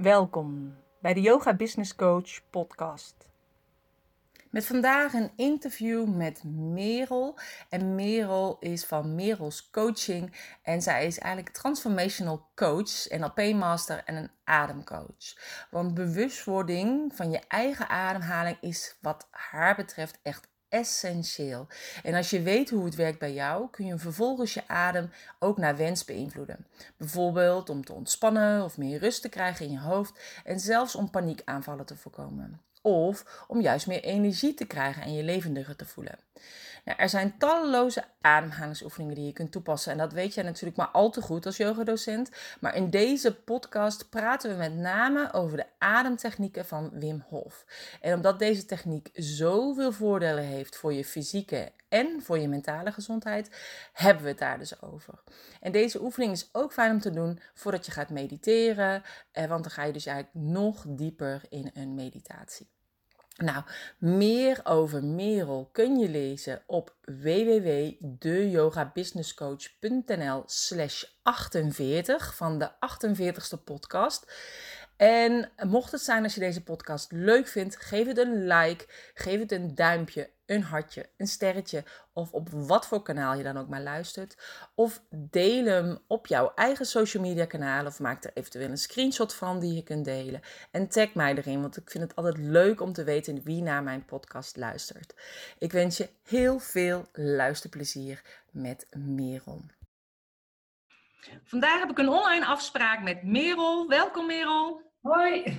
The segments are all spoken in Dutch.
Welkom bij de Yoga Business Coach podcast. Met vandaag een interview met Merel. En Merel is van Merel's Coaching. En zij is eigenlijk transformational coach, NLP-master en een ademcoach. Want bewustwording van je eigen ademhaling is wat haar betreft echt essentieel. En als je weet hoe het werkt bij jou, kun je vervolgens je adem ook naar wens beïnvloeden. Bijvoorbeeld om te ontspannen of meer rust te krijgen in je hoofd en zelfs om paniekaanvallen te voorkomen. Of om juist meer energie te krijgen en je levendiger te voelen. Nou, er zijn talloze ademhalingsoefeningen die je kunt toepassen. En dat weet jij natuurlijk maar al te goed als yogadocent. Maar in deze podcast praten we met name over de ademtechnieken van Wim Hof. En omdat deze techniek zoveel voordelen heeft voor je fysieke en voor je mentale gezondheid, hebben we het daar dus over. En deze oefening is ook fijn om te doen voordat je gaat mediteren. Want dan ga je dus eigenlijk nog dieper in een meditatie. Nou, meer over Merel kun je lezen op www.deyogabusinesscoach.nl/48 van de 48ste podcast. En mocht het zijn als je deze podcast leuk vindt, geef het een like, geef het een duimpje, een hartje, een sterretje of op wat voor kanaal je dan ook maar luistert. Of deel hem op jouw eigen social media kanaal of maak er eventueel een screenshot van die je kunt delen. En tag mij erin, want ik vind het altijd leuk om te weten wie naar mijn podcast luistert. Ik wens je heel veel luisterplezier met Merel. Vandaag heb ik een online afspraak met Merel. Welkom Merel. Hoi.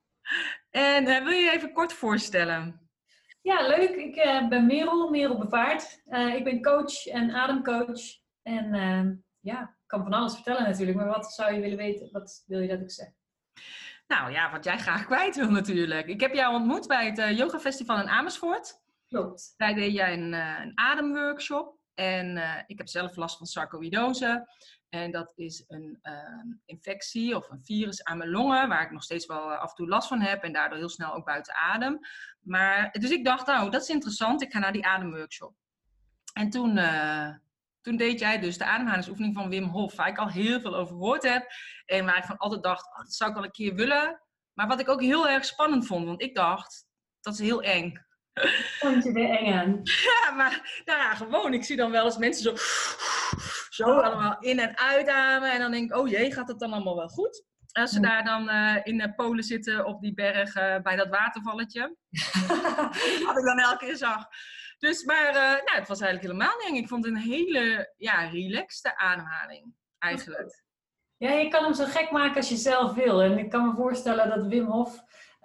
En wil je je even kort voorstellen? Ja, leuk. Ik ben Merel Bevaart. Ik ben coach en ademcoach. En ik kan van alles vertellen natuurlijk. Maar wat zou je willen weten? Wat wil je dat ik zeg? Nou ja, wat jij graag kwijt wil natuurlijk. Ik heb jou ontmoet bij het Yoga Festival in Amersfoort. Klopt. Daar deed jij een ademworkshop. En ik heb zelf last van sarcoïdose. En dat is een infectie of een virus aan mijn longen, waar ik nog steeds wel af en toe last van heb en daardoor heel snel ook buiten adem. Dus ik dacht, nou, dat is interessant, ik ga naar die ademworkshop. En toen deed jij dus de ademhalingsoefening van Wim Hof, waar ik al heel veel over gehoord heb. En waar ik van altijd dacht, dat zou ik wel een keer willen. Maar wat ik ook heel erg spannend vond, want ik dacht, dat is heel eng. Vond je er eng aan? Ja, maar nou ja, gewoon. Ik zie dan wel eens mensen zo allemaal in- en uitademen. En dan denk ik, oh jee, gaat het dan allemaal wel goed? Als ze daar dan in Polen zitten op die berg bij dat watervalletje. Wat ik dan elke keer zag. Dus, maar het was eigenlijk helemaal niet eng. Ik vond het een hele relaxte ademhaling eigenlijk. Ja, je kan hem zo gek maken als je zelf wil. En ik kan me voorstellen dat Wim Hof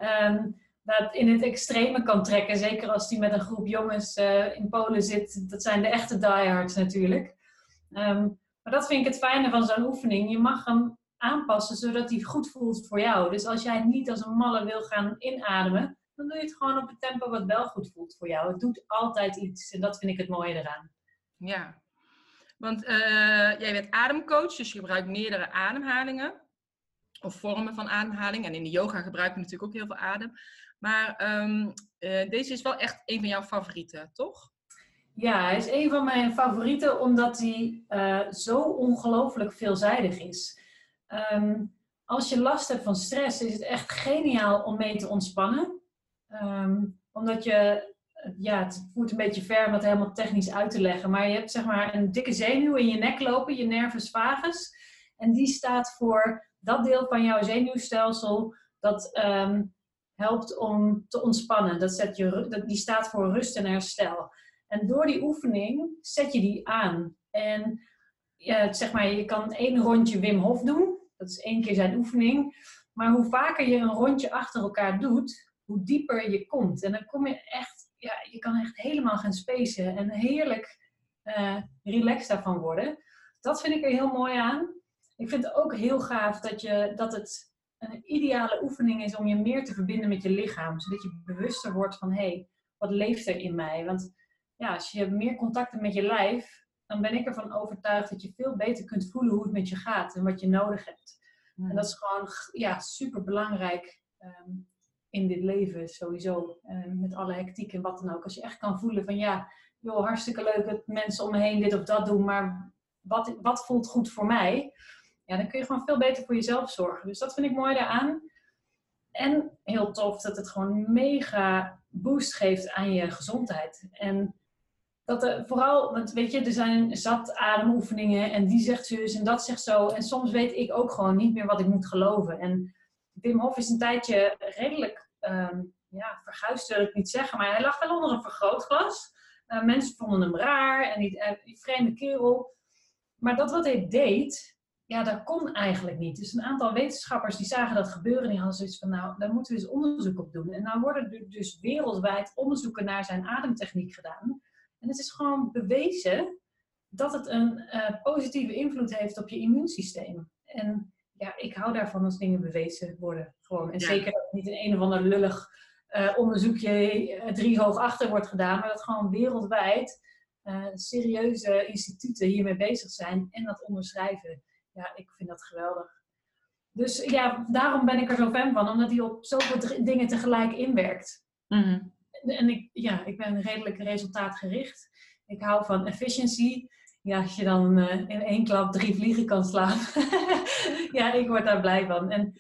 dat in het extreme kan trekken. Zeker als hij met een groep jongens in Polen zit. Dat zijn de echte diehards natuurlijk. Maar dat vind ik het fijne van zo'n oefening. Je mag hem aanpassen zodat hij goed voelt voor jou. Dus als jij niet als een malle wil gaan inademen, dan doe je het gewoon op het tempo wat wel goed voelt voor jou. Het doet altijd iets en dat vind ik het mooie eraan. Ja, want jij bent ademcoach, dus je gebruikt meerdere ademhalingen. Of vormen van ademhaling. En in de yoga gebruik je natuurlijk ook heel veel adem. Maar deze is wel echt een van jouw favorieten, toch? Ja, hij is een van mijn favorieten omdat hij zo ongelooflijk veelzijdig is. Als je last hebt van stress, is het echt geniaal om mee te ontspannen. Omdat het voert een beetje ver om dat helemaal technisch uit te leggen. Maar je hebt zeg maar een dikke zenuw in je nek lopen, je nervus vagus. En die staat voor dat deel van jouw zenuwstelsel dat helpt om te ontspannen. Die staat voor rust en herstel. En door die oefening zet je die aan. En zeg maar, je kan 1 rondje Wim Hof doen. Dat is 1 keer zijn oefening. Maar hoe vaker je een rondje achter elkaar doet, hoe dieper je komt. En dan kom je echt, je kan echt helemaal gaan spacen. En heerlijk relaxed daarvan worden. Dat vind ik er heel mooi aan. Ik vind het ook heel gaaf dat het een ideale oefening is om je meer te verbinden met je lichaam. Zodat je bewuster wordt van, hé, wat leeft er in mij? Want als je meer contact hebt met je lijf, dan ben ik ervan overtuigd dat je veel beter kunt voelen hoe het met je gaat en wat je nodig hebt. En dat is gewoon super belangrijk in dit leven sowieso. Met alle hectiek en wat dan ook. Als je echt kan voelen van hartstikke leuk dat mensen om me heen dit of dat doen, maar wat voelt goed voor mij? Ja, dan kun je gewoon veel beter voor jezelf zorgen. Dus dat vind ik mooi daaraan. En heel tof dat het gewoon mega boost geeft aan je gezondheid. En dat er vooral, want weet je, er zijn zat ademoefeningen en die zegt zus en dat zegt zo. En soms weet ik ook gewoon niet meer wat ik moet geloven. En Wim Hof is een tijdje redelijk verguisd, wil ik niet zeggen, maar hij lag wel onder een vergrootglas. Mensen vonden hem raar en die vreemde kerel. Maar dat wat hij deed, ja, dat kon eigenlijk niet. Dus een aantal wetenschappers die zagen dat gebeuren, die hadden zoiets van, nou, daar moeten we eens onderzoek op doen. En nou worden er dus wereldwijd onderzoeken naar zijn ademtechniek gedaan. En het is gewoon bewezen dat het een positieve invloed heeft op je immuunsysteem. En ja, ik hou daarvan als dingen bewezen worden. Gewoon. En zeker dat het niet in een of ander lullig onderzoekje 3 hoog achter wordt gedaan, maar dat gewoon wereldwijd serieuze instituten hiermee bezig zijn en dat onderschrijven. Ja, ik vind dat geweldig. Dus ja, daarom ben ik er zo fan van, omdat hij op zoveel dingen tegelijk inwerkt. Mm-hmm. En ik ben redelijk resultaatgericht. Ik hou van efficiency. Ja, als je dan in 1 klap 3 vliegen kan slaan. Ja, ik word daar blij van. En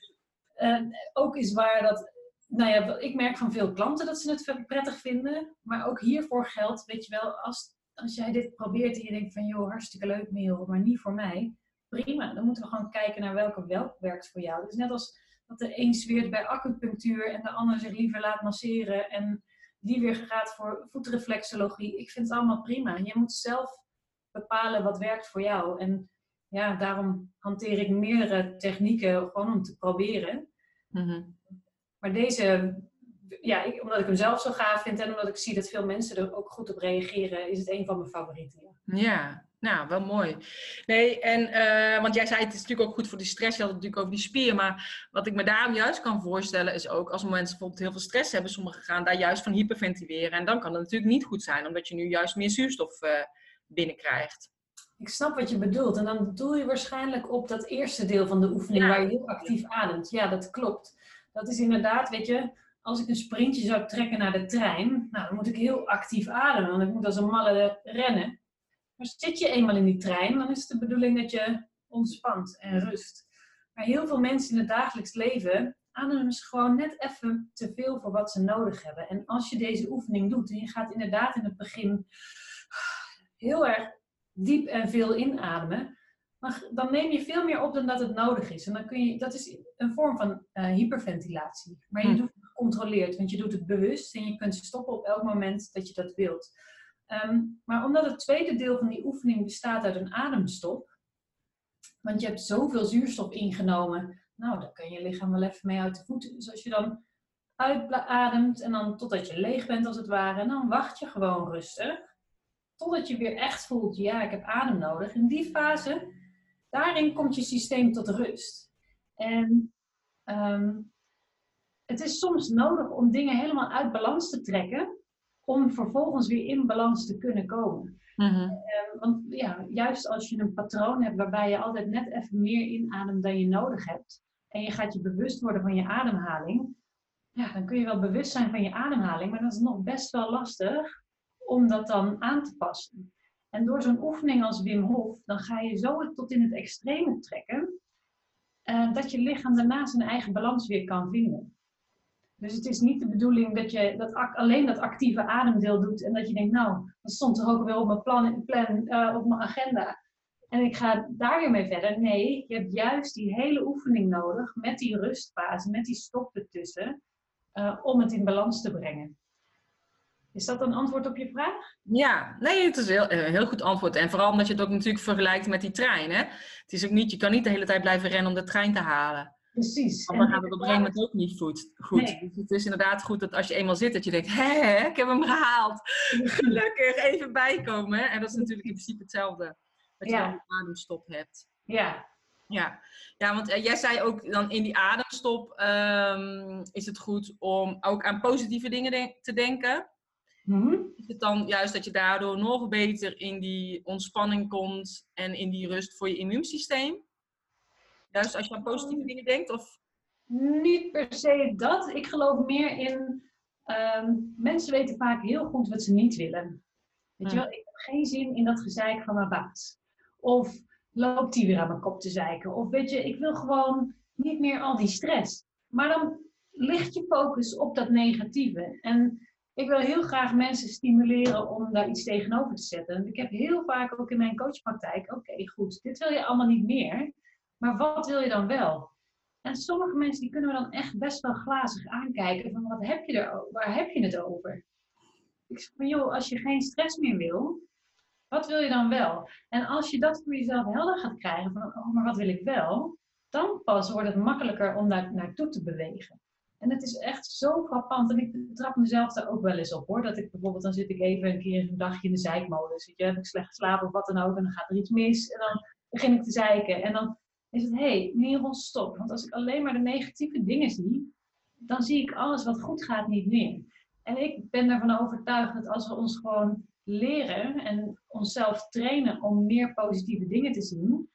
ook is waar dat, nou ja, ik merk van veel klanten dat ze het prettig vinden. Maar ook hiervoor geldt, weet je wel, als jij dit probeert en je denkt van, joh, hartstikke leuk Merel, maar niet voor mij. Prima, dan moeten we gewoon kijken naar welke werkt voor jou. Dus net als dat de een zweert bij acupunctuur en de ander zich liever laat masseren en die weer gaat voor voetreflexologie. Ik vind het allemaal prima. Je moet zelf bepalen wat werkt voor jou. En ja, daarom hanteer ik meerdere technieken gewoon om te proberen. Mm-hmm. Maar deze, ja, omdat ik hem zelf zo gaaf vind en omdat ik zie dat veel mensen er ook goed op reageren, is het een van mijn favorieten. Ja, nou, wel mooi. Nee, en, want jij zei het is natuurlijk ook goed voor die stress. Je had het natuurlijk over die spier. Maar wat ik me daarom juist kan voorstellen is ook als mensen bijvoorbeeld heel veel stress hebben. Sommigen gaan daar juist van hyperventileren. En dan kan het natuurlijk niet goed zijn. Omdat je nu juist meer zuurstof binnenkrijgt. Ik snap wat je bedoelt. En dan doel je waarschijnlijk op dat eerste deel van de oefening waar je heel actief ademt. Ja, dat klopt. Dat is inderdaad, weet je, als ik een sprintje zou trekken naar de trein, nou, dan moet ik heel actief ademen. Want ik moet als een malle rennen. Maar zit je eenmaal in die trein, dan is het de bedoeling dat je ontspant en rust. Maar heel veel mensen in het dagelijks leven ademen ze gewoon net even te veel voor wat ze nodig hebben. En als je deze oefening doet en je gaat inderdaad in het begin heel erg diep en veel inademen, dan neem je veel meer op dan dat het nodig is. En dan kun je, dat is een vorm van hyperventilatie. Maar je doet het gecontroleerd, want je doet het bewust en je kunt stoppen op elk moment dat je dat wilt. Maar omdat het tweede deel van die oefening bestaat uit een ademstop, want je hebt zoveel zuurstof ingenomen, nou, daar kun je lichaam wel even mee uit de voeten. Dus als je dan uitademt en dan totdat je leeg bent als het ware, en dan wacht je gewoon rustig, totdat je weer echt voelt, ja, ik heb adem nodig. In die fase, daarin komt je systeem tot rust. En het is soms nodig om dingen helemaal uit balans te trekken, om vervolgens weer in balans te kunnen komen. Mm-hmm. Want ja, juist als je een patroon hebt waarbij je altijd net even meer inademt dan je nodig hebt, en je gaat je bewust worden van je ademhaling, ja, dan kun je wel bewust zijn van je ademhaling, maar dat is nog best wel lastig om dat dan aan te passen. En door zo'n oefening als Wim Hof, dan ga je zo tot in het extreme trekken, dat je lichaam daarna zijn eigen balans weer kan vinden. Dus het is niet de bedoeling dat je alleen dat actieve ademdeel doet en dat je denkt, nou, dat stond toch ook weer op mijn plan op mijn agenda. En ik ga daar weer mee verder. Nee, je hebt juist die hele oefening nodig met die rustfase, met die stop ertussen, om het in balans te brengen. Is dat een antwoord op je vraag? Ja, nee, het is een heel goed antwoord. En vooral omdat je het ook natuurlijk vergelijkt met die trein. Hè? Het is ook niet, je kan niet de hele tijd blijven rennen om de trein te halen. Precies. Want dan gaat het op een gegeven moment ook niet goed. Nee. Dus het is inderdaad goed dat als je eenmaal zit, dat je denkt, hé, ik heb hem gehaald. Gelukkig, even bijkomen. Hè? En dat is natuurlijk in principe hetzelfde. Dat je dan een ademstop hebt. Ja. Ja, want jij zei ook dan in die ademstop is het goed om ook aan positieve dingen te denken. Mm-hmm. Is het dan juist dat je daardoor nog beter in die ontspanning komt en in die rust voor je immuunsysteem? Juist als je aan positieve dingen denkt? Of? Niet per se dat. Ik geloof meer in, mensen weten vaak heel goed wat ze niet willen. Weet je wel, ik heb geen zin in dat gezeik van mijn baas. Of loopt die weer aan mijn kop te zeiken. Of weet je, ik wil gewoon niet meer al die stress. Maar dan ligt je focus op dat negatieve. En ik wil heel graag mensen stimuleren om daar iets tegenover te zetten. Want ik heb heel vaak ook in mijn coachpraktijk, oké, goed, dit wil je allemaal niet meer. Maar wat wil je dan wel? En sommige mensen die kunnen we dan echt best wel glazig aankijken. Van wat heb je waar heb je het over? Ik zeg van joh, als je geen stress meer wil, wat wil je dan wel? En als je dat voor jezelf helder gaat krijgen, van oh, maar wat wil ik wel? Dan pas wordt het makkelijker om daar naartoe te bewegen. En het is echt zo frappant. En ik trap mezelf daar ook wel eens op hoor. Dat ik bijvoorbeeld, dan zit ik even een keer een dagje in de zeikmodus. Weet je, heb ik slecht geslapen of wat dan ook. En dan gaat er iets mis. En dan begin ik te zeiken. En dan is het, hé, Merel, stop. Want als ik alleen maar de negatieve dingen zie, dan zie ik alles wat goed gaat niet meer. En ik ben ervan overtuigd dat als we ons gewoon leren en onszelf trainen om meer positieve dingen te zien,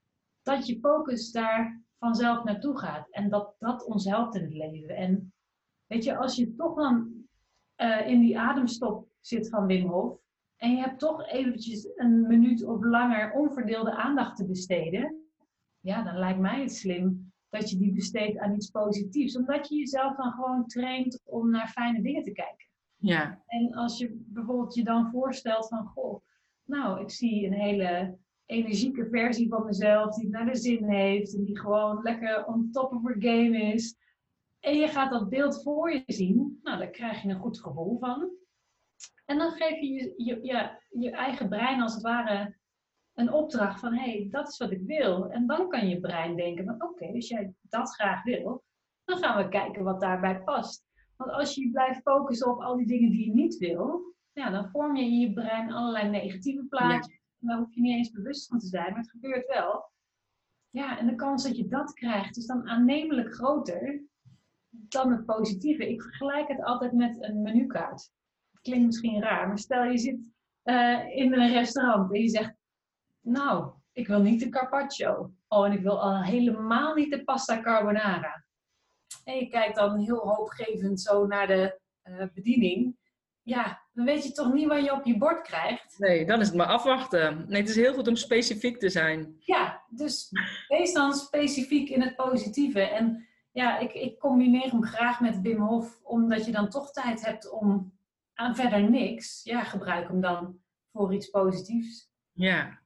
dat je focus daar vanzelf naartoe gaat. En dat dat ons helpt in het leven. En weet je, als je toch dan in die ademstop zit van Wim Hof, en je hebt toch eventjes een minuut of langer onverdeelde aandacht te besteden, ja, dan lijkt mij het slim dat je die besteedt aan iets positiefs. Omdat je jezelf dan gewoon traint om naar fijne dingen te kijken. Ja. En als je bijvoorbeeld je dan voorstelt van, goh, nou, ik zie een hele energieke versie van mezelf die het naar de zin heeft en die gewoon lekker on top of her game is. En je gaat dat beeld voor je zien, nou, daar krijg je een goed gevoel van. En dan geef je je eigen brein als het ware een opdracht van, hé, dat is wat ik wil. En dan kan je brein denken van, oké, als jij dat graag wil, dan gaan we kijken wat daarbij past. Want als je blijft focussen op al die dingen die je niet wil, ja, dan vorm je in je brein allerlei negatieve plaatjes. Ja. En daar hoef je niet eens bewust van te zijn, maar het gebeurt wel. Ja, en de kans dat je dat krijgt is dan aannemelijk groter dan het positieve. Ik vergelijk het altijd met een menukaart. Het klinkt misschien raar, maar stel je zit in een restaurant en je zegt, nou, ik wil niet de carpaccio. Oh, en ik wil al helemaal niet de pasta carbonara. En je kijkt dan heel hoopgevend zo naar de bediening. Ja, dan weet je toch niet wat je op je bord krijgt. Nee, dan is het maar afwachten. Nee, het is heel goed om specifiek te zijn. Ja, dus wees dan specifiek in het positieve. En ja, ik combineer hem graag met Wim Hof, omdat je dan toch tijd hebt om aan verder niks. Ja, gebruik hem dan voor iets positiefs. Ja.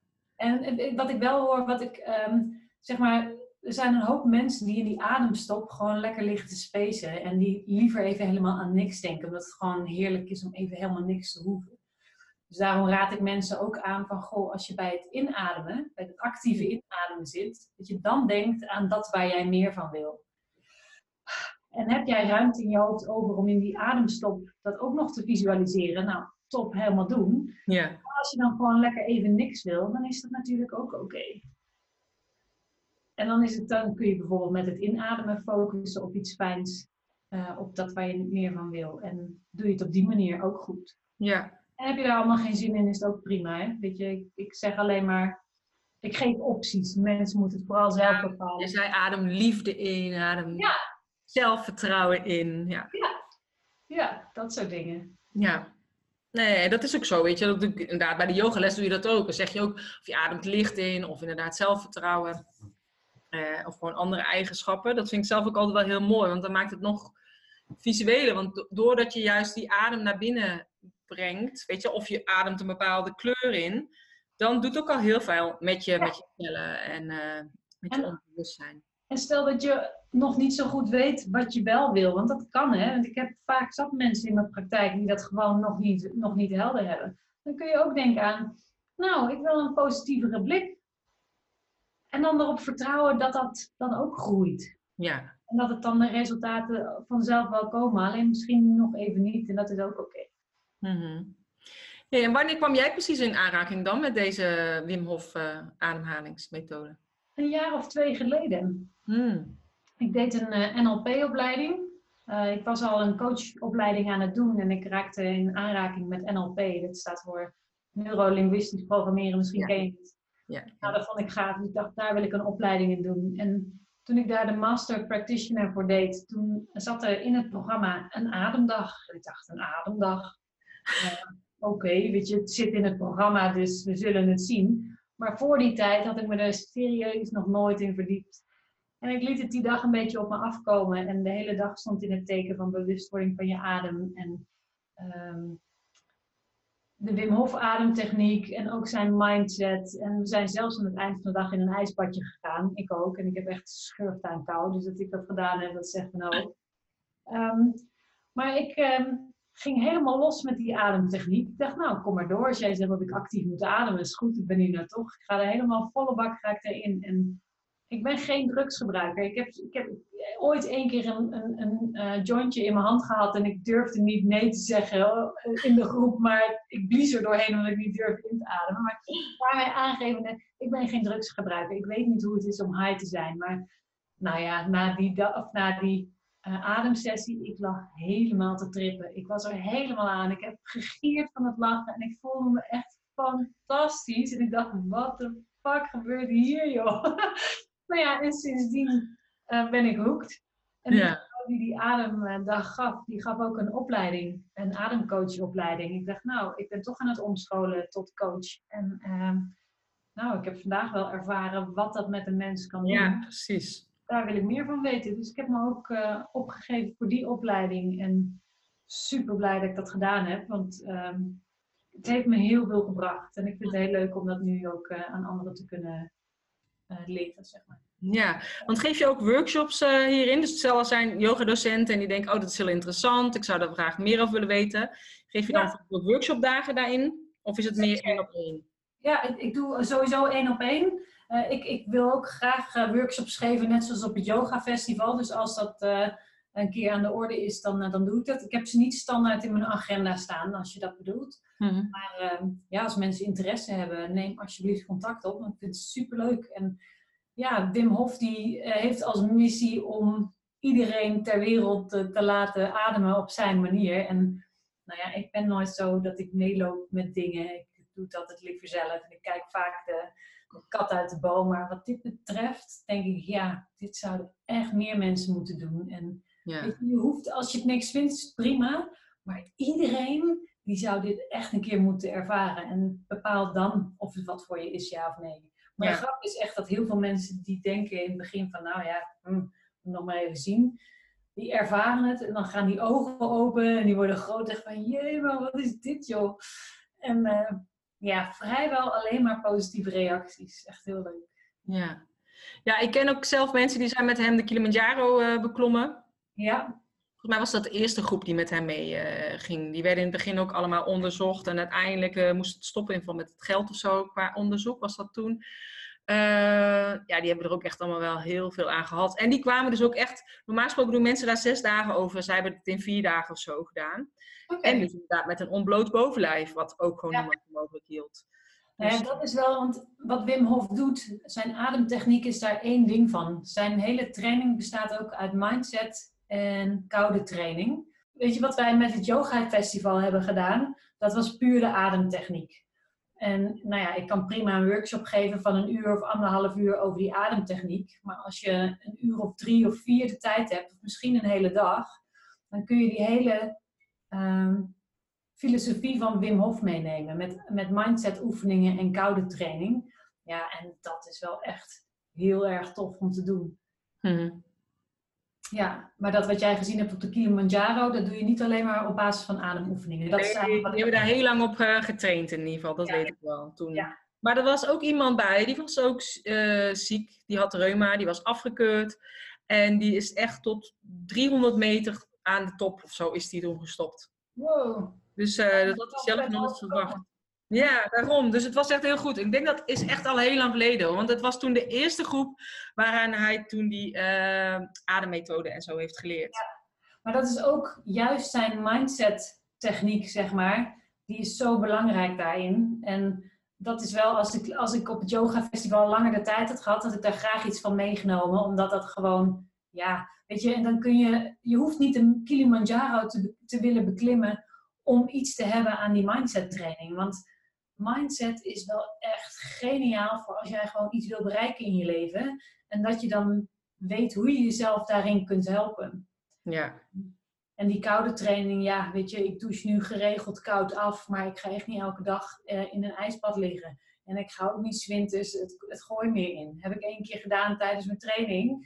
En wat ik wel hoor, zeg maar, er zijn een hoop mensen die in die ademstop gewoon lekker liggen te spacen. En die liever even helemaal aan niks denken. Omdat het gewoon heerlijk is om even helemaal niks te hoeven. Dus daarom raad ik mensen ook aan van, goh, als je bij het inademen, bij het actieve inademen zit, dat je dan denkt aan dat waar jij meer van wil. En heb jij ruimte in je hoofd over om in die ademstop dat ook nog te visualiseren? Nou, top, helemaal doen. Ja. Maar als je dan gewoon lekker even niks wil, dan is dat natuurlijk ook oké. En dan kun je bijvoorbeeld met het inademen focussen op iets fijns, op dat waar je meer van wil. En doe je het op die manier ook goed. Ja. En heb je daar allemaal geen zin in, is het ook prima. Hè? Weet je, ik zeg alleen maar, ik geef opties. Mensen moeten het vooral zelf bepalen. Je zei adem liefde in, adem zelfvertrouwen in. Ja. Ja, dat soort dingen. Ja. Nee, dat is ook zo, weet je. Dat doe ik, inderdaad, bij de yogales doe je dat ook. Dan zeg je ook of je ademt licht in, of inderdaad zelfvertrouwen. Of gewoon andere eigenschappen. Dat vind ik zelf ook altijd wel heel mooi, want dan maakt het nog visueler. Want doordat je juist die adem naar binnen brengt, weet je, of je ademt een bepaalde kleur in, dan doet het ook al heel veel met je cellen en met je onbewustzijn. En stel dat je nog niet zo goed weet wat je wel wil, want dat kan, hè. Want ik heb vaak zat mensen in mijn praktijk die dat gewoon nog niet helder hebben. Dan kun je ook denken aan, nou, ik wil een positievere blik. En dan erop vertrouwen dat dat dan ook groeit. Ja. En dat het dan de resultaten vanzelf wel komen, alleen misschien nog even niet. En dat is ook oké. Mm-hmm. Ja, en wanneer kwam jij precies in aanraking dan met deze Wim Hof ademhalingsmethode? Een jaar of 2 geleden. Ik deed een NLP-opleiding. Ik was al een coachopleiding aan het doen en ik raakte in aanraking met NLP. Dat staat voor Neurolinguistisch Programmeren, misschien ken je het. Ja. Nou, dat vond ik gaaf. Dus ik dacht, daar wil ik een opleiding in doen. En toen ik daar de Master Practitioner voor deed, toen zat er in het programma een ademdag. En ik dacht, een ademdag? Oké, weet je, het zit in het programma, dus we zullen het zien. Maar voor die tijd had ik me er serieus nog nooit in verdiept. En ik liet het die dag een beetje op me afkomen. En de hele dag stond in het teken van bewustwording van je adem. En de Wim Hof ademtechniek en ook zijn mindset. En we zijn zelfs aan het eind van de dag in een ijsbadje gegaan. Ik ook. En ik heb echt schurft aan kou. Dus dat ik dat gedaan heb, dat zegt me ook. Maar ik ging helemaal los met die ademtechniek. Ik dacht, nou, kom maar door. Als jij zegt dat ik actief moet ademen, is goed. Ik ben hier nou toch. Ik ga er helemaal volle bak ga ik erin. En ik ben geen drugsgebruiker. Ik heb ooit 1 keer een jointje in mijn hand gehad en ik durfde niet nee te zeggen in de groep, maar ik blies er doorheen omdat ik niet durfde in te ademen. Maar daarmee aangeven, ik ben geen drugsgebruiker. Ik weet niet hoe het is om high te zijn, maar nou ja, na die ademsessie, ik lag helemaal te trippen. Ik was er helemaal aan. Ik heb gegierd van het lachen en ik voelde me echt fantastisch. En ik dacht, wat de fuck gebeurt hier, joh? Nou ja, en sindsdien ben ik hooked. En die vrouw die ademdag gaf, die gaf ook een opleiding, een ademcoachopleiding. Ik dacht, nou, ik ben toch aan het omscholen tot coach. En nou, ik heb vandaag wel ervaren wat dat met een mens kan doen. Ja, precies. Daar wil ik meer van weten. Dus ik heb me ook opgegeven voor die opleiding. En super blij dat ik dat gedaan heb. Want het heeft me heel veel gebracht. En ik vind het heel leuk om dat nu ook aan anderen te kunnen leren, zeg maar. Ja, want geef je ook workshops hierin? Dus stel er zijn yogadocenten en die denken, oh, dat is heel interessant. Ik zou daar graag meer over willen weten. Geef je dan bijvoorbeeld workshopdagen daarin? Of is het meer 1 op 1? Ja, ik doe sowieso 1 op 1. Ik wil ook graag workshops geven, net zoals op het yoga festival. Dus als dat een keer aan de orde is, dan doe ik dat. Ik heb ze niet standaard in mijn agenda staan, als je dat bedoelt. Mm-hmm. Maar ja, als mensen interesse hebben, neem alsjeblieft contact op. Want ik vind het superleuk. En ja, Wim Hof die heeft als missie om iedereen ter wereld te laten ademen op zijn manier. En nou ja, ik ben nooit zo dat ik meeloop met dingen. Ik doe het altijd liever zelf. En ik kijk vaak de kat uit de boom. Maar wat dit betreft, denk ik, ja, dit zouden echt meer mensen moeten doen. En je hoeft, als je het niks vindt, is het prima. Maar iedereen, die zou dit echt een keer moeten ervaren. En bepaal dan of het wat voor je is, ja of nee. Maar de grap is echt dat heel veel mensen die denken in het begin van, nou ja, nog maar even zien. Die ervaren het en dan gaan die ogen open en die worden groot. Echt van, jee, maar wat is dit, joh? En ja, vrijwel alleen maar positieve reacties. Echt heel leuk. Ja, ik ken ook zelf mensen die zijn met hem de Kilimanjaro beklommen. Ja. Volgens mij was dat de eerste groep die met hem mee ging. Die werden in het begin ook allemaal onderzocht. En uiteindelijk moest het stoppen in met het geld of zo qua onderzoek was dat toen. Ja, die hebben er ook echt allemaal wel heel veel aan gehad. En die kwamen dus ook echt... Normaal gesproken doen mensen daar 6 dagen over. Zij hebben het in 4 dagen of zo gedaan. Okay. En dus inderdaad met een ontbloot bovenlijf. Wat ook gewoon niemand mogelijk hield. Dus... Ja, dat is wel... Want wat Wim Hof doet... Zijn ademtechniek is daar 1 ding van. Zijn hele training bestaat ook uit mindset... en koude training. Weet je wat wij met het Yoga Festival hebben gedaan? Dat was puur de ademtechniek. En nou ja, ik kan prima een workshop geven van 1 uur of 1,5 uur over die ademtechniek. Maar als je 1 uur of 3 of 4 de tijd hebt, of misschien een hele dag, dan kun je die hele filosofie van Wim Hof meenemen. Met mindset oefeningen en koude training. Ja, en dat is wel echt heel erg tof om te doen. Mm-hmm. Ja, maar dat wat jij gezien hebt op de Kilimanjaro, dat doe je niet alleen maar op basis van ademoefeningen. Dat die hebben daar heel lang op getraind in ieder geval, dat weet ik wel toen. Ja. Maar er was ook iemand bij, die was ook ziek, die had reuma, die was afgekeurd. En die is echt tot 300 meter aan de top of zo is die toen gestopt. Wow. Dus dat had hij zelf nog niet verwacht. Ja, daarom. Dus het was echt heel goed. Ik denk dat is echt al heel lang geleden. Want het was toen de eerste groep waaraan hij toen die ademmethode en zo heeft geleerd. Ja, maar dat is ook juist zijn mindset techniek, zeg maar. Die is zo belangrijk daarin. En dat is wel, als ik op het Yoga Festival langer de tijd had gehad, had ik daar graag iets van meegenomen. Omdat dat gewoon, ja, weet je, en dan kun je hoeft niet een Kilimanjaro te willen beklimmen om iets te hebben aan die mindset training. Want mindset is wel echt geniaal voor als jij gewoon iets wil bereiken in je leven. En dat je dan weet hoe je jezelf daarin kunt helpen. Ja. En die koude training, ja, weet je, ik douche nu geregeld koud af. Maar ik ga echt niet elke dag in een ijsbad liggen. En ik ga ook niet 's winters het gooi meer in. Heb ik 1 keer gedaan tijdens mijn training.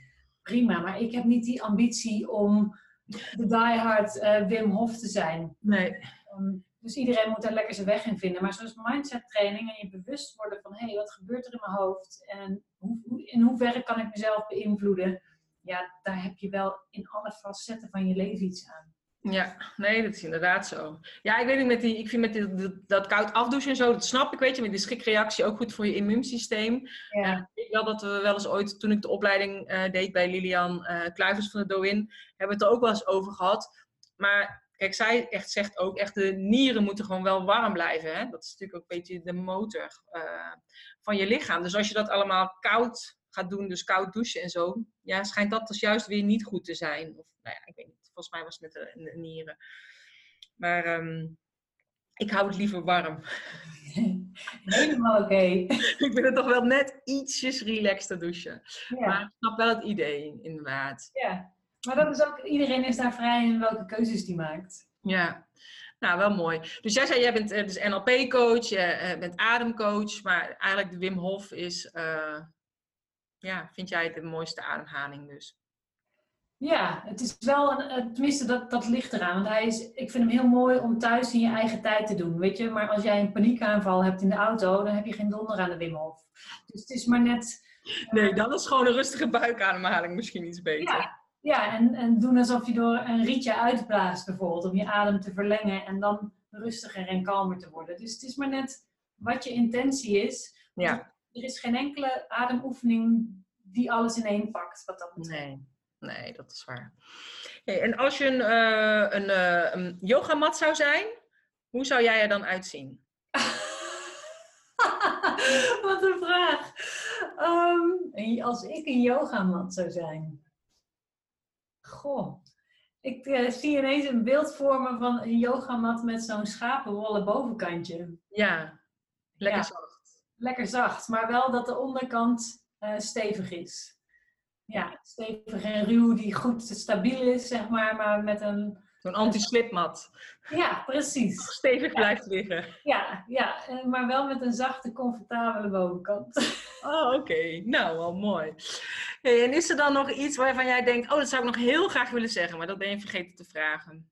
prima. Maar ik heb niet die ambitie om de diehard Wim Hof te zijn. Nee. Dus iedereen moet daar lekker zijn weg in vinden. Maar zoals mindset training en je bewust worden van... hé, wat gebeurt er in mijn hoofd? En in hoeverre kan ik mezelf beïnvloeden? Ja, daar heb je wel in alle facetten van je leven iets aan. Ja, nee, dat is inderdaad zo. Ja, ik weet niet, ik vind dat koud afdouchen en zo, dat snap ik, weet je, met die schrikreactie ook goed voor je immuunsysteem. Ja. Ik weet wel dat we wel eens ooit, toen ik de opleiding deed bij Lilian Kluivers van de Douyin, hebben we het er ook wel eens over gehad. Maar kijk, zij zegt ook echt, de nieren moeten gewoon wel warm blijven. Hè? Dat is natuurlijk ook een beetje de motor van je lichaam. Dus als je dat allemaal koud gaat doen, dus koud douchen en zo, ja, schijnt dat dus juist weer niet goed te zijn. Of, nou ja, ik weet niet. Volgens mij was het met de nieren. Maar ik hou het liever warm. Helemaal oké. Ik vind het toch wel net ietsjes relaxter douchen. Ja. Maar ik snap wel het idee, inderdaad. Ja, maar dat is ook, iedereen is daar vrij in welke keuzes die maakt. Ja, nou wel mooi. Dus jij zei, jij bent dus NLP-coach, je bent ademcoach, maar eigenlijk de Wim Hof is, vind jij de mooiste ademhaling dus? Ja, het is wel, tenminste dat ligt eraan. Want ik vind hem heel mooi om thuis in je eigen tijd te doen, weet je. Maar als jij een paniekaanval hebt in de auto, dan heb je geen donder aan de Wim Hof. Dus het is maar net... Nee, dan is gewoon een rustige buikademhaling misschien iets beter. Ja, en doen alsof je door een rietje uitblaast bijvoorbeeld, om je adem te verlengen en dan rustiger en kalmer te worden. Dus het is maar net wat je intentie is. Ja. Er is geen enkele ademoefening die alles ineen pakt, wat dat betreft. Nee, dat is waar. Hey, en als je een yogamat zou zijn, hoe zou jij er dan uitzien? Wat een vraag. Als ik een yogamat zou zijn. Goh. Ik zie ineens een beeld voor me van een yogamat met zo'n schapenwollen bovenkantje. Ja, lekker zacht. Lekker zacht, maar wel dat de onderkant stevig is. Ja, stevig en ruw, die goed stabiel is, zeg maar met een... Zo'n anti-slipmat. Ja, precies. Stevig blijft liggen. Ja, maar wel met een zachte, comfortabele bovenkant. Oh, oké. Nou, wel mooi. Hey, en is er dan nog iets waarvan jij denkt, oh, dat zou ik nog heel graag willen zeggen, maar dat ben je vergeten te vragen?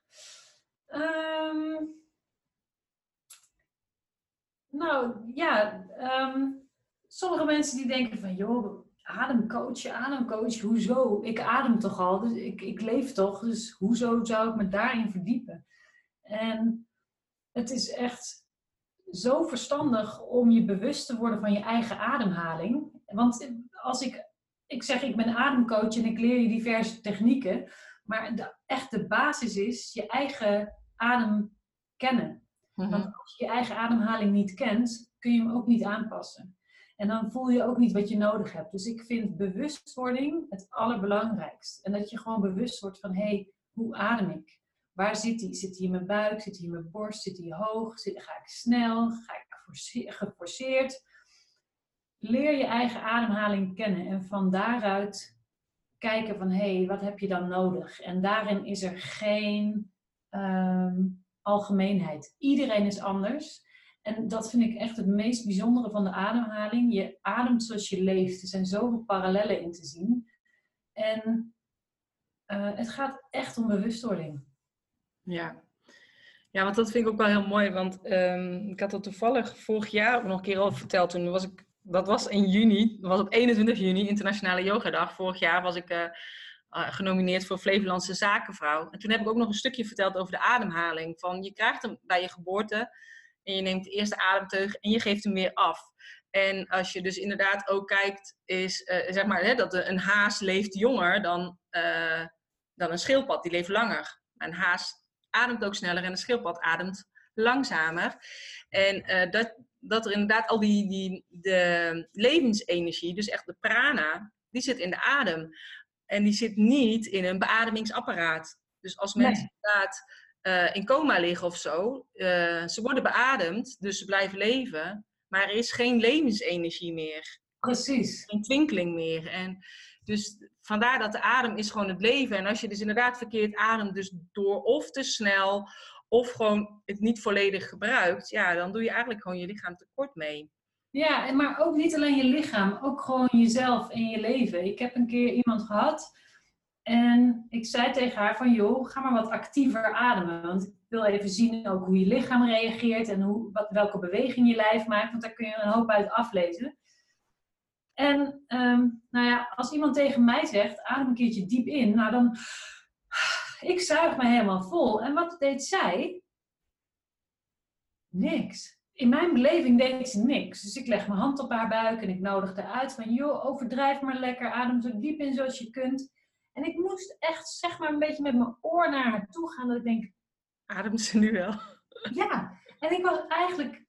Sommige mensen die denken van, joh, ademcoach, hoezo? Ik adem toch al, dus ik leef toch, dus hoezo zou ik me daarin verdiepen? En het is echt zo verstandig om je bewust te worden van je eigen ademhaling. Want als ik zeg, ik ben ademcoach en ik leer je diverse technieken, maar de basis is je eigen adem kennen. Mm-hmm. Want als je je eigen ademhaling niet kent, kun je hem ook niet aanpassen. En dan voel je ook niet wat je nodig hebt. Dus ik vind bewustwording het allerbelangrijkst. En dat je gewoon bewust wordt van, hé, hoe adem ik? Waar zit hij? Zit hij in mijn buik? Zit hij in mijn borst? Zit hij hoog? Ga ik snel? Ga ik geforceerd? Leer je eigen ademhaling kennen. En van daaruit kijken van, hé, wat heb je dan nodig? En daarin is er geen algemeenheid. Iedereen is anders. En dat vind ik echt het meest bijzondere van de ademhaling. Je ademt zoals je leeft. Er zijn zoveel parallellen in te zien. En het gaat echt om bewustwording. Ja, want dat vind ik ook wel heel mooi. Want ik had het toevallig vorig jaar ook nog een keer al verteld. Toen was ik, dat was in juni, dat was op 21 juni, Internationale Yogadag. Vorig jaar was ik genomineerd voor Flevolandse Zakenvrouw. En toen heb ik ook nog een stukje verteld over de ademhaling. Van je krijgt hem bij je geboorte en je neemt de eerste ademteug en je geeft hem weer af. En als je dus inderdaad ook kijkt, is zeg maar dat een haas leeft jonger dan een schildpad, die leeft langer. Een haas ademt ook sneller en een schildpad ademt langzamer. En dat er inderdaad al de levensenergie, dus echt de prana, die zit in de adem. En die zit niet in een beademingsapparaat. Dus als mensen inderdaad in coma liggen of zo, ze worden beademd, dus ze blijven leven, maar er is geen levensenergie meer. Precies. Geen twinkeling meer. En dus vandaar dat de adem is gewoon het leven. En als je dus inderdaad verkeerd ademt, dus door of te snel of gewoon het niet volledig gebruikt, ja, dan doe je eigenlijk gewoon je lichaam tekort mee. Ja, maar ook niet alleen je lichaam, ook gewoon jezelf en je leven. Ik heb een keer iemand gehad en ik zei tegen haar van, joh, ga maar wat actiever ademen. Want ik wil even zien ook hoe je lichaam reageert en welke beweging je lijf maakt, want daar kun je een hoop uit aflezen. En nou ja, als iemand tegen mij zegt, adem een keertje diep in, nou dan, ik zuig me helemaal vol. En wat deed zij? Niks. In mijn beleving deed ze niks. Dus ik leg mijn hand op haar buik en ik nodigde uit van, joh, overdrijf maar lekker, adem zo diep in zoals je kunt. En ik moest echt, zeg maar, een beetje met mijn oor naar haar toe gaan, dat ik denk, ademt ze nu wel? Ja, en ik was eigenlijk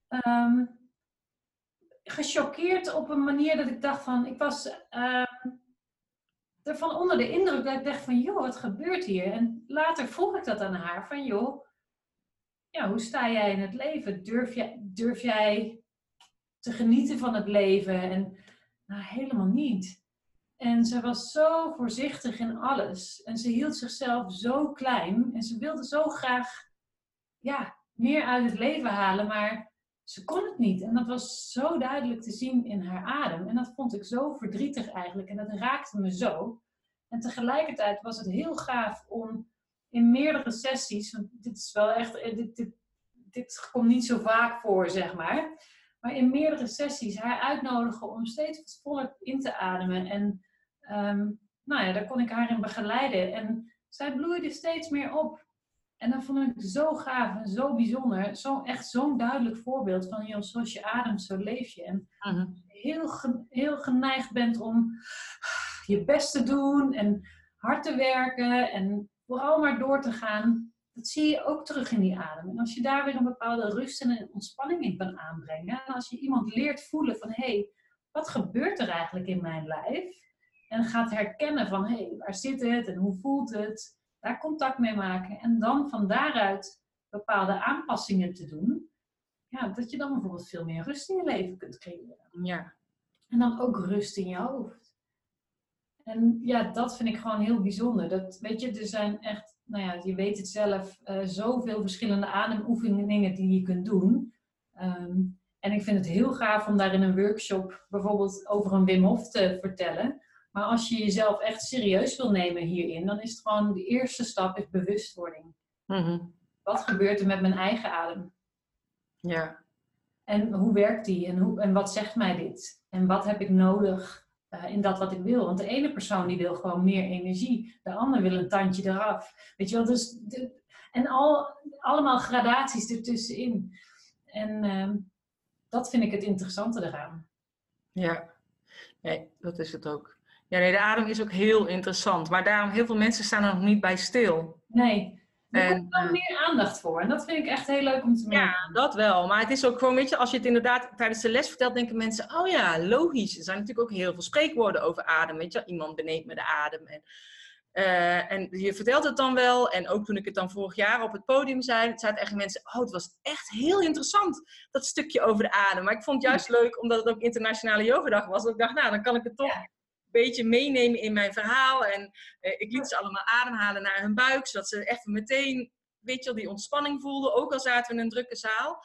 gechoqueerd op een manier dat ik dacht van, ik was ervan onder de indruk dat ik dacht van, joh, wat gebeurt hier? En later vroeg ik dat aan haar van, joh, ja, hoe sta jij in het leven? Durf jij te genieten van het leven? En nou, helemaal niet. En ze was zo voorzichtig in alles. En ze hield zichzelf zo klein. En ze wilde zo graag, ja, meer uit het leven halen. Maar ze kon het niet. En dat was zo duidelijk te zien in haar adem. En dat vond ik zo verdrietig eigenlijk. En dat raakte me zo. En tegelijkertijd was het heel gaaf om in meerdere sessies, want dit is wel echt, dit komt niet zo vaak voor, zeg maar. Maar in meerdere sessies haar uitnodigen om steeds wat voller in te ademen. En nou ja, daar kon ik haar in begeleiden. En zij bloeide steeds meer op. En dat vond ik zo gaaf en zo bijzonder. Echt zo'n duidelijk voorbeeld van, joh, zoals je ademt, zo leef je. En heel geneigd bent om je best te doen en hard te werken en vooral maar door te gaan. Dat zie je ook terug in die adem. En als je daar weer een bepaalde rust en een ontspanning in kan aanbrengen. En als je iemand leert voelen van, hé, wat gebeurt er eigenlijk in mijn lijf? En gaat herkennen van, hé, waar zit het en hoe voelt het? Daar contact mee maken. En dan van daaruit bepaalde aanpassingen te doen. Ja, dat je dan bijvoorbeeld veel meer rust in je leven kunt creëren. Ja. En dan ook rust in je hoofd. En ja, dat vind ik gewoon heel bijzonder. Dat, weet je, er zijn echt, nou ja, je weet het zelf, zoveel verschillende ademoefeningen die je kunt doen. En ik vind het heel gaaf om daar in een workshop bijvoorbeeld over een Wim Hof te vertellen. Maar als je jezelf echt serieus wil nemen hierin, dan is het gewoon de eerste stap is bewustwording. Mm-hmm. Wat gebeurt er met mijn eigen adem? Ja. En hoe werkt die? En wat zegt mij dit? En wat heb ik nodig in dat wat ik wil? Want de ene persoon die wil gewoon meer energie. De ander wil een tandje eraf. Weet je wel? Dus allemaal gradaties ertussenin. En dat vind ik het interessante eraan. Ja, nee, dat is het ook. Ja, nee, de adem is ook heel interessant. Maar daarom, heel veel mensen staan er nog niet bij stil. Nee. Er komt wel meer aandacht voor. En dat vind ik echt heel leuk om te merken. Ja, dat wel. Maar het is ook gewoon, weet je, als je het inderdaad tijdens de les vertelt, denken mensen, oh ja, logisch. Er zijn natuurlijk ook heel veel spreekwoorden over adem. Weet je, iemand beneemt met de adem. En je vertelt het dan wel. En ook toen ik het dan vorig jaar op het podium zei, zeiden echt mensen, oh, het was echt heel interessant, dat stukje over de adem. Maar ik vond het juist leuk, omdat het ook Internationale Yogadag was. Dat ik dacht, nou, dan kan ik het toch een beetje meenemen in mijn verhaal. En ik liet ze allemaal ademhalen naar hun buik, zodat ze echt meteen, weet je wel, die ontspanning voelden. Ook al zaten we in een drukke zaal.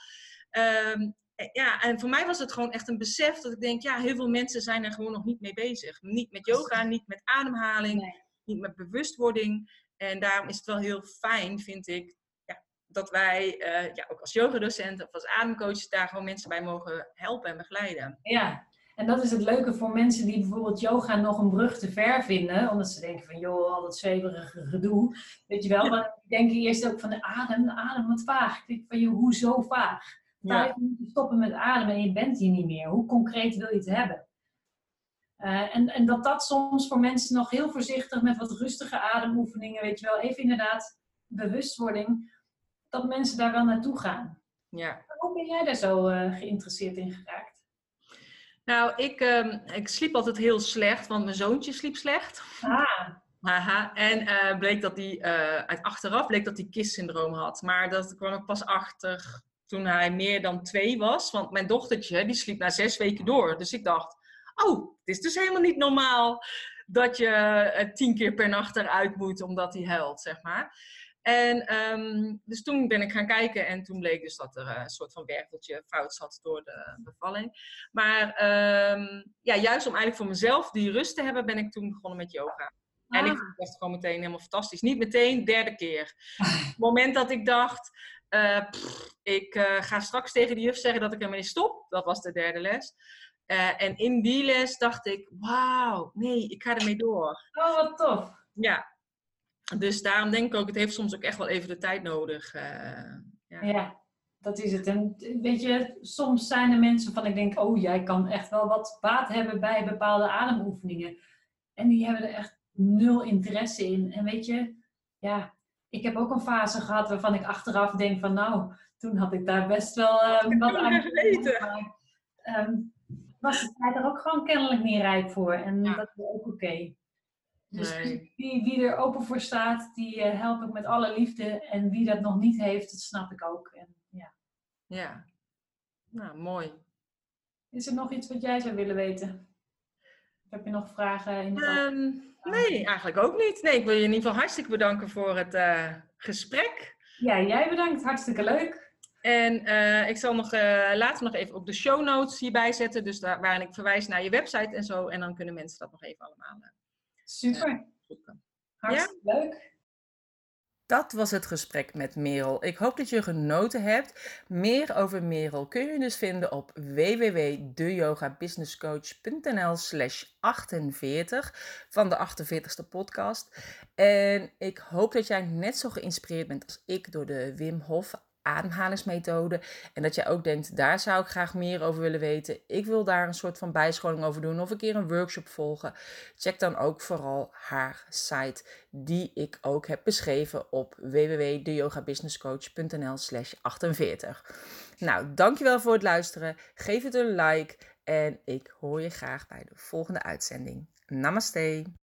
Ja, en voor mij was het gewoon echt een besef dat ik denk, ja, heel veel mensen zijn er gewoon nog niet mee bezig. Niet met yoga, niet met ademhaling, niet met bewustwording. En daarom is het wel heel fijn, vind ik, ja, dat wij ook als yogadocent of als ademcoach daar gewoon mensen bij mogen helpen en begeleiden. Ja, en dat is het leuke voor mensen die bijvoorbeeld yoga nog een brug te ver vinden. Omdat ze denken van, joh, al dat zweverige gedoe. Weet je wel, maar ik denk eerst ook van de adem, wat vaag. Ik denk van, joh, hoezo vaag? 5 minuten stoppen met ademen en je bent hier niet meer. Hoe concreet wil je het hebben? En dat soms voor mensen nog heel voorzichtig met wat rustige ademoefeningen, weet je wel, even inderdaad bewustwording, dat mensen daar wel naartoe gaan. Ja. Hoe ben jij daar zo geïnteresseerd in geraakt? Nou, ik sliep altijd heel slecht, want mijn zoontje sliep slecht. Haha. En bleek dat achteraf bleek dat hij KISS-syndroom had. Maar dat kwam ik pas achter toen hij meer dan 2 was. Want mijn dochtertje, die sliep na 6 weken door. Dus ik dacht, oh, het is dus helemaal niet normaal dat je 10 keer per nacht eruit moet omdat hij huilt, zeg maar. En dus toen ben ik gaan kijken en toen bleek dus dat er een soort van werveltje fout zat door de bevalling. Maar juist om eigenlijk voor mezelf die rust te hebben, ben ik toen begonnen met yoga. En ik vond het echt gewoon meteen helemaal fantastisch. Niet meteen, derde keer. Op het moment dat ik dacht, ik ga straks tegen de juf zeggen dat ik ermee stop. Dat was de derde les. En in die les dacht ik, wauw, nee, ik ga ermee door. Oh, wat tof. Ja, dus daarom denk ik ook, het heeft soms ook echt wel even de tijd nodig. Ja, dat is het. En weet je, soms zijn er mensen van ik denk, oh, jij kan echt wel wat baat hebben bij bepaalde ademoefeningen. En die hebben er echt 0 interesse in. En weet je, ja, ik heb ook een fase gehad waarvan ik achteraf denk van nou, toen had ik daar best wel wat aan gedaan. Was de tijd er ook gewoon kennelijk niet rijp voor. En dat is ook oké. Dus wie er open voor staat, die help ik met alle liefde. En wie dat nog niet heeft, dat snap ik ook. En, ja, nou mooi. Is er nog iets wat jij zou willen weten? Of heb je nog vragen in het Nee, eigenlijk ook niet. Nee, ik wil je in ieder geval hartstikke bedanken voor het gesprek. Ja, jij bedankt. Hartstikke leuk. En ik zal later nog even ook de show notes hierbij zetten. Dus waarin ik verwijs naar je website en zo. En dan kunnen mensen dat nog even allemaal super. zoeken. Hartstikke leuk. Dat was het gesprek met Merel. Ik hoop dat je genoten hebt. Meer over Merel kun je dus vinden op www.deyogabusinesscoach.nl/48 van de 48ste podcast. En ik hoop dat jij net zo geïnspireerd bent als ik door de Wim Hof ademhalingsmethode. En dat jij ook denkt, daar zou ik graag meer over willen weten. Ik wil daar een soort van bijscholing over doen of een keer een workshop volgen. Check dan ook vooral haar site, die ik ook heb beschreven op www.deyogabusinesscoach.nl/48. Nou, dankjewel voor het luisteren. Geef het een like en ik hoor je graag bij de volgende uitzending. Namaste.